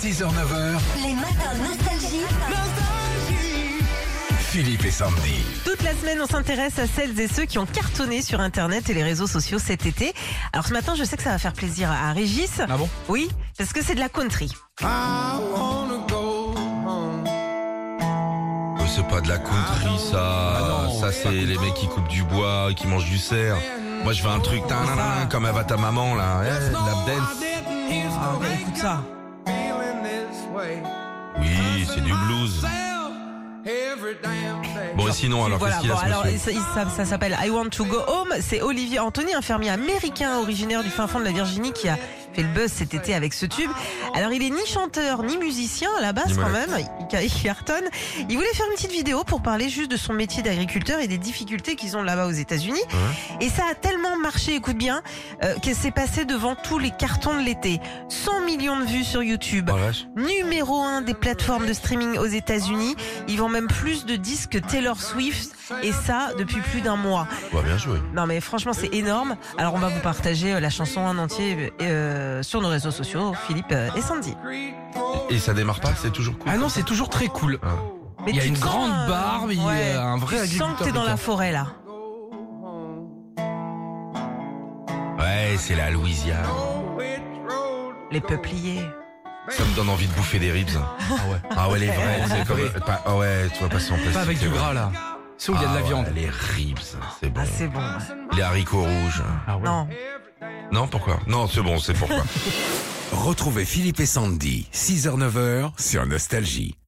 6h-9h, Les matins nostalgie. Philippe et Sandy. Toute la semaine, on s'intéresse à celles et ceux qui ont cartonné sur Internet et les réseaux sociaux cet été. Alors ce matin, je sais que ça va faire plaisir à Régis. Ah bon? Oui, parce que c'est de la country. C'est pas de la country, ça. Ça, c'est les mecs qui coupent du bois, qui mangent du cerf. Moi, je veux un truc comme elle va ta maman, là. La dance. Ah, bah, écoute ça. Oui, c'est du blues. Bon, et sinon, alors, Voilà, qu'est-ce qu'il a, ce alors monsieur ça s'appelle I Want to Go Home. C'est Olivier Anthony, infirmier américain originaire du fin fond de la Virginie, qui a fait le buzz cet été avec ce tube. Alors il est ni chanteur ni musicien à la base quand même, il cartonne. Il voulait faire une petite vidéo pour parler juste de son métier d'agriculteur et des difficultés qu'ils ont là-bas aux États-Unis. Et ça a tellement marché, écoute bien, qu'elle s'est passée devant tous les cartons de l'été. 100 millions de vues sur YouTube. Oh, vache. Numéro 1 des plateformes de streaming aux États-Unis. Ils vendent même plus de disques que Taylor Swift, et ça depuis plus d'un mois. Ouais, bien joué. Non mais franchement c'est énorme. Alors on va vous partager la chanson en entier sur nos réseaux sociaux, Philippe et Sandy. Et ça démarre pas, c'est toujours cool. Ah non, c'est toujours très cool. Mais Il y a tu une te sens, grande barbe, il y a un vrai tu agriculteur. sens que t'es dans la forêt là. Ouais, c'est la Louisiane. Les peupliers. Ça me donne envie de bouffer des ribs. Ah ouais. Ah ouais, les vrais, c'est comme... Ah ouais, tu vas passer en plastique. Pas avec du gras là. C'est où il y a de la viande. Les ribs, c'est bon. Ah c'est bon. Les haricots rouges. Ah ouais. Non. Non, pourquoi? Non, c'est bon, c'est pourquoi. Retrouvez Philippe et Sandy, 6h-9h sur Nostalgie.